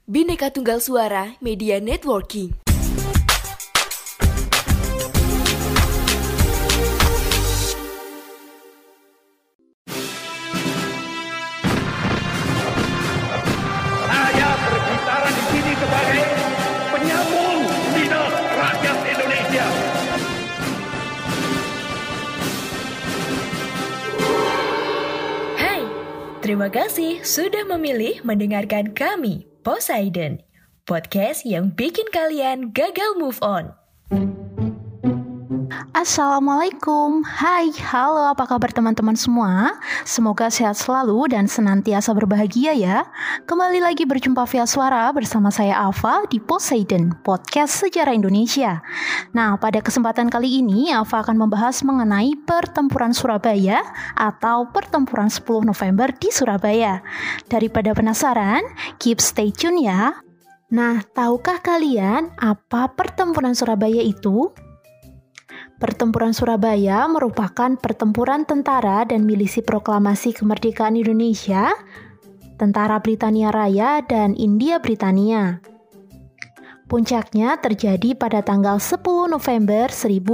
Bhinneka Tunggal Suara Media Networking. Saya berbicara di sini sebagai penyambung lidah rakyat Indonesia. Hai, terima kasih sudah memilih mendengarkan kami, Poseidon, podcast yang bikin kalian gagal move on. Assalamualaikum, hai, halo, apa kabar teman-teman semua? Semoga sehat selalu dan senantiasa berbahagia ya. Kembali lagi berjumpa via suara bersama saya Ava di Poseidon, podcast sejarah Indonesia. Nah, pada kesempatan kali ini Ava akan membahas mengenai pertempuran Surabaya atau pertempuran 10 November di Surabaya. Daripada penasaran, keep stay tune ya. Nah, tahukah kalian apa pertempuran Surabaya itu? Pertempuran Surabaya merupakan pertempuran tentara dan milisi proklamasi kemerdekaan Indonesia, Tentara Britania Raya, dan India Britania. Puncaknya terjadi pada tanggal 10 November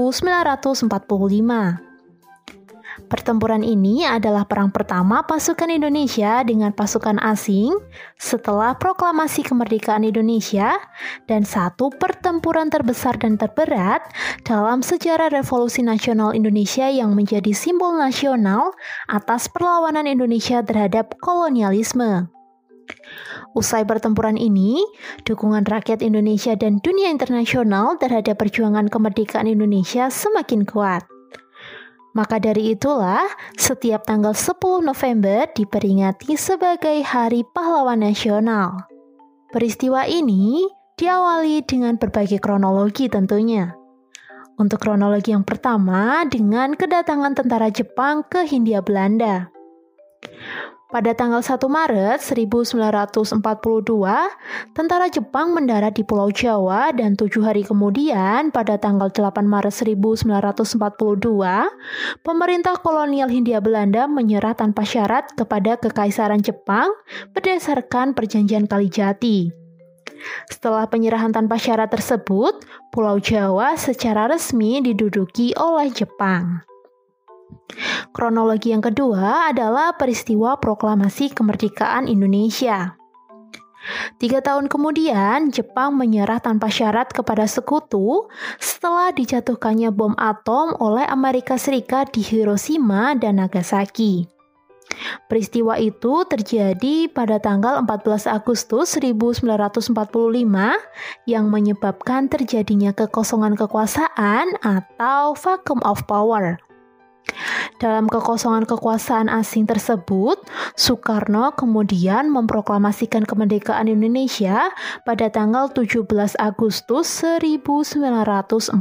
1945. Pertempuran ini adalah perang pertama pasukan Indonesia dengan pasukan asing setelah proklamasi kemerdekaan Indonesia dan satu pertempuran terbesar dan terberat dalam sejarah revolusi nasional Indonesia yang menjadi simbol nasional atas perlawanan Indonesia terhadap kolonialisme. Usai pertempuran ini, dukungan rakyat Indonesia dan dunia internasional terhadap perjuangan kemerdekaan Indonesia semakin kuat. Maka dari itulah, setiap tanggal 10 November diperingati sebagai Hari Pahlawan Nasional. Peristiwa ini diawali dengan berbagai kronologi tentunya. Untuk kronologi yang pertama, dengan kedatangan tentara Jepang ke Hindia Belanda. Pada tanggal 1 Maret 1942, tentara Jepang mendarat di Pulau Jawa dan 7 hari kemudian, pada tanggal 8 Maret 1942, pemerintah kolonial Hindia Belanda menyerah tanpa syarat kepada Kekaisaran Jepang berdasarkan Perjanjian Kalijati. Setelah penyerahan tanpa syarat tersebut, Pulau Jawa secara resmi diduduki oleh Jepang. Kronologi yang kedua adalah peristiwa proklamasi kemerdekaan Indonesia. 3 tahun kemudian, Jepang menyerah tanpa syarat kepada sekutu setelah dijatuhkannya bom atom oleh Amerika Serikat di Hiroshima dan Nagasaki. Peristiwa itu terjadi pada tanggal 14 Agustus 1945 yang menyebabkan terjadinya kekosongan kekuasaan atau vacuum of power. Dalam kekosongan kekuasaan asing tersebut, Soekarno kemudian memproklamasikan kemerdekaan Indonesia pada tanggal 17 Agustus 1945.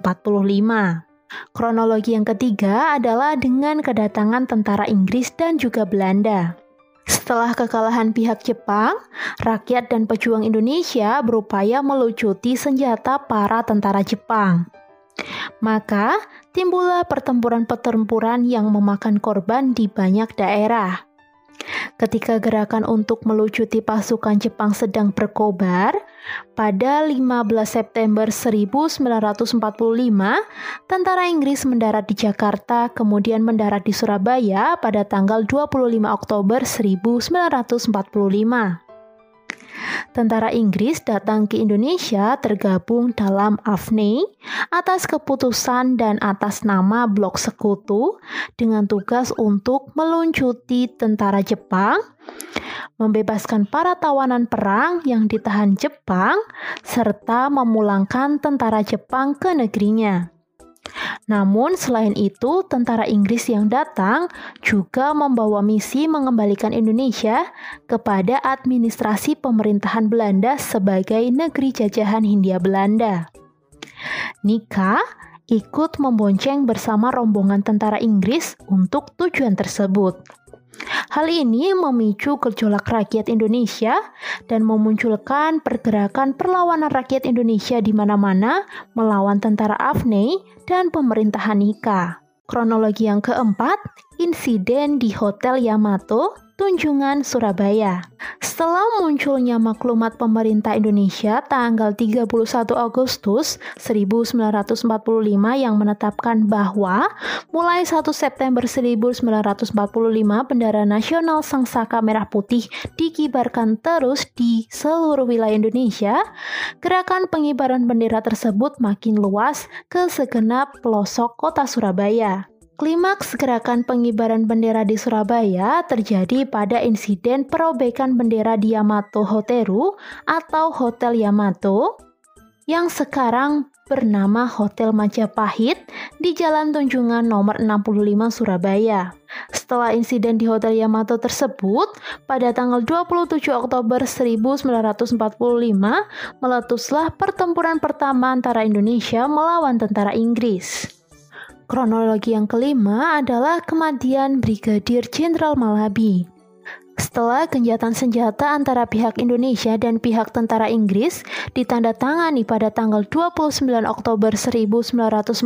Kronologi yang ketiga adalah dengan kedatangan tentara Inggris dan juga Belanda. Setelah kekalahan pihak Jepang, rakyat dan pejuang Indonesia berupaya melucuti senjata para tentara Jepang. Maka, timbullah pertempuran-pertempuran yang memakan korban di banyak daerah. Ketika gerakan untuk melucuti pasukan Jepang sedang berkobar, pada 15 September 1945, tentara Inggris mendarat di Jakarta, kemudian mendarat di Surabaya pada tanggal 25 Oktober 1945. Tentara Inggris datang ke Indonesia tergabung dalam AFNI atas keputusan dan atas nama Blok Sekutu dengan tugas untuk meluncuti tentara Jepang, membebaskan para tawanan perang yang ditahan Jepang, serta memulangkan tentara Jepang ke negerinya. Namun selain itu, tentara Inggris yang datang juga membawa misi mengembalikan Indonesia kepada administrasi pemerintahan Belanda sebagai negeri jajahan Hindia Belanda. Nika ikut membonceng bersama rombongan tentara Inggris untuk tujuan tersebut. Hal ini memicu gejolak rakyat Indonesia dan memunculkan pergerakan perlawanan rakyat Indonesia di mana-mana melawan tentara AFNI dan pemerintahan Nika. Kronologi yang keempat, insiden di Hotel Yamato Tunjungan, Surabaya. Setelah munculnya maklumat pemerintah Indonesia tanggal 31 Agustus 1945 yang menetapkan bahwa mulai 1 September 1945 bendera nasional Sangsaka Merah Putih dikibarkan terus di seluruh wilayah Indonesia, gerakan pengibaran bendera tersebut makin luas ke segenap pelosok kota Surabaya. Klimaks gerakan pengibaran bendera di Surabaya terjadi pada insiden perobekan bendera di Yamato Hoteru atau Hotel Yamato yang sekarang bernama Hotel Majapahit di Jalan Tunjungan nomor 65 Surabaya. Setelah insiden di Hotel Yamato tersebut, pada tanggal 27 Oktober 1945 meletuslah pertempuran pertama antara Indonesia melawan tentara Inggris. Kronologi yang kelima adalah kematian Brigadir Jenderal Malabi. Setelah gencatan senjata antara pihak Indonesia dan pihak tentara Inggris ditandatangani pada tanggal 29 Oktober 1945,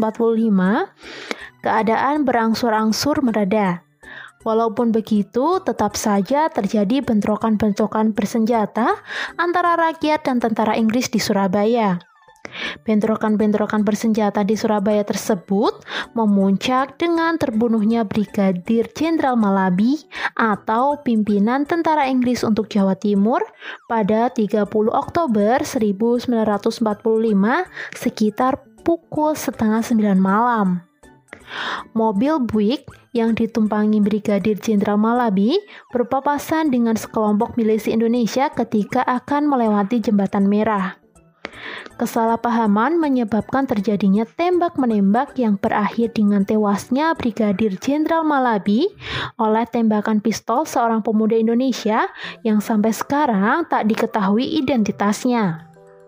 keadaan berangsur-angsur mereda. Walaupun begitu, tetap saja terjadi bentrokan-bentrokan bersenjata antara rakyat dan tentara Inggris di Surabaya. Bentrokan-bentrokan bersenjata di Surabaya tersebut memuncak dengan terbunuhnya Brigadir Jenderal Malabi atau pimpinan tentara Inggris untuk Jawa Timur pada 30 Oktober 1945 sekitar pukul 8:30 malam. Mobil Buick yang ditumpangi Brigadir Jenderal Malabi berpapasan dengan sekelompok milisi Indonesia ketika akan melewati Jembatan Merah. Kesalahpahaman menyebabkan terjadinya tembak-menembak yang berakhir dengan tewasnya Brigadir Jenderal Malabi oleh tembakan pistol seorang pemuda Indonesia yang sampai sekarang tak diketahui identitasnya.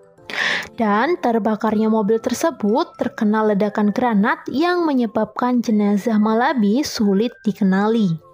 Dan terbakarnya mobil tersebut terkena ledakan granat yang menyebabkan jenazah Malabi sulit dikenali.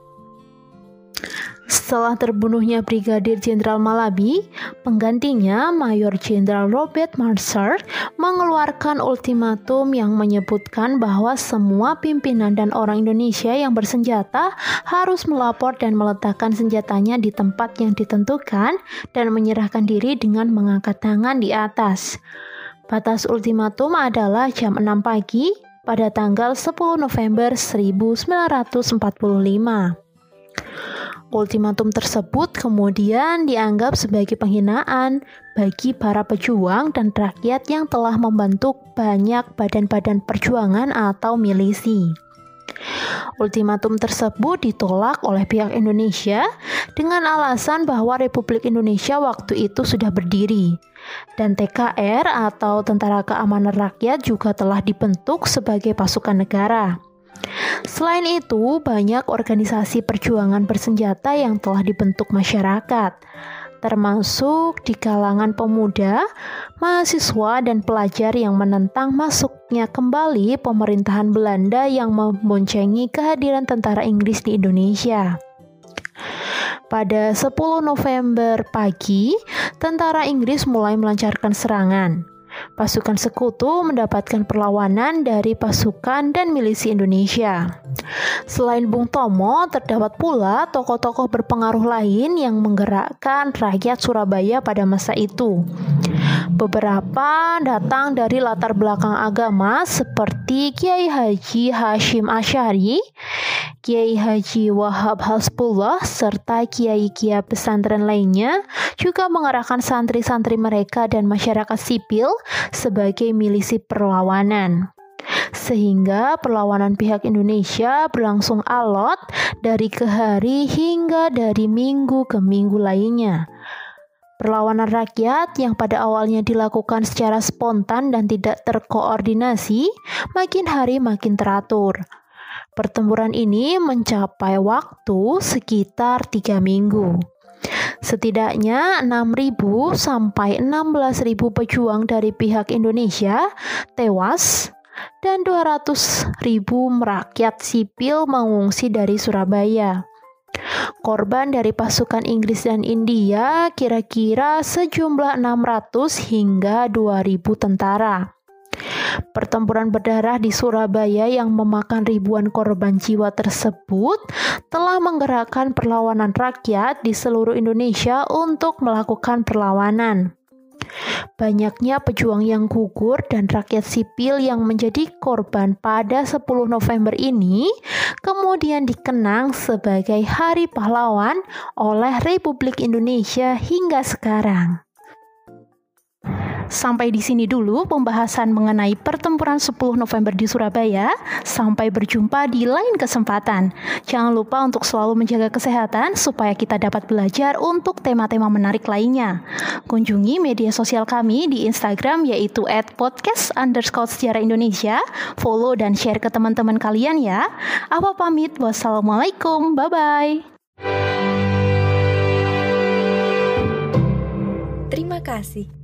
Setelah terbunuhnya Brigadir Jenderal Malabi, penggantinya Mayor Jenderal Robert Mercer mengeluarkan ultimatum yang menyebutkan bahwa semua pimpinan dan orang Indonesia yang bersenjata harus melapor dan meletakkan senjatanya di tempat yang ditentukan dan menyerahkan diri dengan mengangkat tangan di atas. Batas ultimatum adalah jam 6 pagi pada tanggal 10 November 1945. Ultimatum tersebut kemudian dianggap sebagai penghinaan bagi para pejuang dan rakyat yang telah membentuk banyak badan-badan perjuangan atau milisi. Ultimatum tersebut ditolak oleh pihak Indonesia dengan alasan bahwa Republik Indonesia waktu itu sudah berdiri dan TKR atau Tentara Keamanan Rakyat juga telah dibentuk sebagai pasukan negara. Selain itu, banyak organisasi perjuangan bersenjata yang telah dibentuk masyarakat, termasuk di kalangan pemuda, mahasiswa, dan pelajar yang menentang masuknya kembali pemerintahan Belanda yang memboncengi kehadiran tentara Inggris di Indonesia. Pada 10 November pagi, tentara Inggris mulai melancarkan serangan. Pasukan sekutu mendapatkan perlawanan dari pasukan dan milisi Indonesia. Selain Bung Tomo, terdapat pula tokoh-tokoh berpengaruh lain yang menggerakkan rakyat Surabaya pada masa itu. Beberapa datang dari latar belakang agama seperti Kiai Haji Hashim Asy'ari, Kiai Haji Wahab Hasbullah, serta kiai-kiai pesantren lainnya juga mengerahkan santri-santri mereka dan masyarakat sipil sebagai milisi perlawanan. Sehingga perlawanan pihak Indonesia berlangsung alot dari ke hari hingga dari minggu ke minggu lainnya. Perlawanan rakyat yang pada awalnya dilakukan secara spontan dan tidak terkoordinasi, makin hari makin teratur. Pertempuran ini mencapai waktu sekitar 3 minggu. Setidaknya 6.000 sampai 16.000 pejuang dari pihak Indonesia tewas dan 200.000 rakyat sipil mengungsi dari Surabaya. Korban dari pasukan Inggris dan India kira-kira sejumlah 600 hingga 2.000 tentara. Pertempuran berdarah di Surabaya yang memakan ribuan korban jiwa tersebut telah menggerakkan perlawanan rakyat di seluruh Indonesia untuk melakukan perlawanan. Banyaknya pejuang yang gugur dan rakyat sipil yang menjadi korban pada 10 November ini kemudian dikenang sebagai Hari Pahlawan oleh Republik Indonesia hingga sekarang. Sampai di sini dulu pembahasan mengenai pertempuran 10 November di Surabaya. Sampai berjumpa di lain kesempatan. Jangan lupa untuk selalu menjaga kesehatan supaya kita dapat belajar untuk tema-tema menarik lainnya. Kunjungi media sosial kami di Instagram yaitu @podcast_sejarah-Indonesia. Follow dan share ke teman-teman kalian ya. Apa pamit. Wassalamualaikum. Bye-bye. Terima kasih.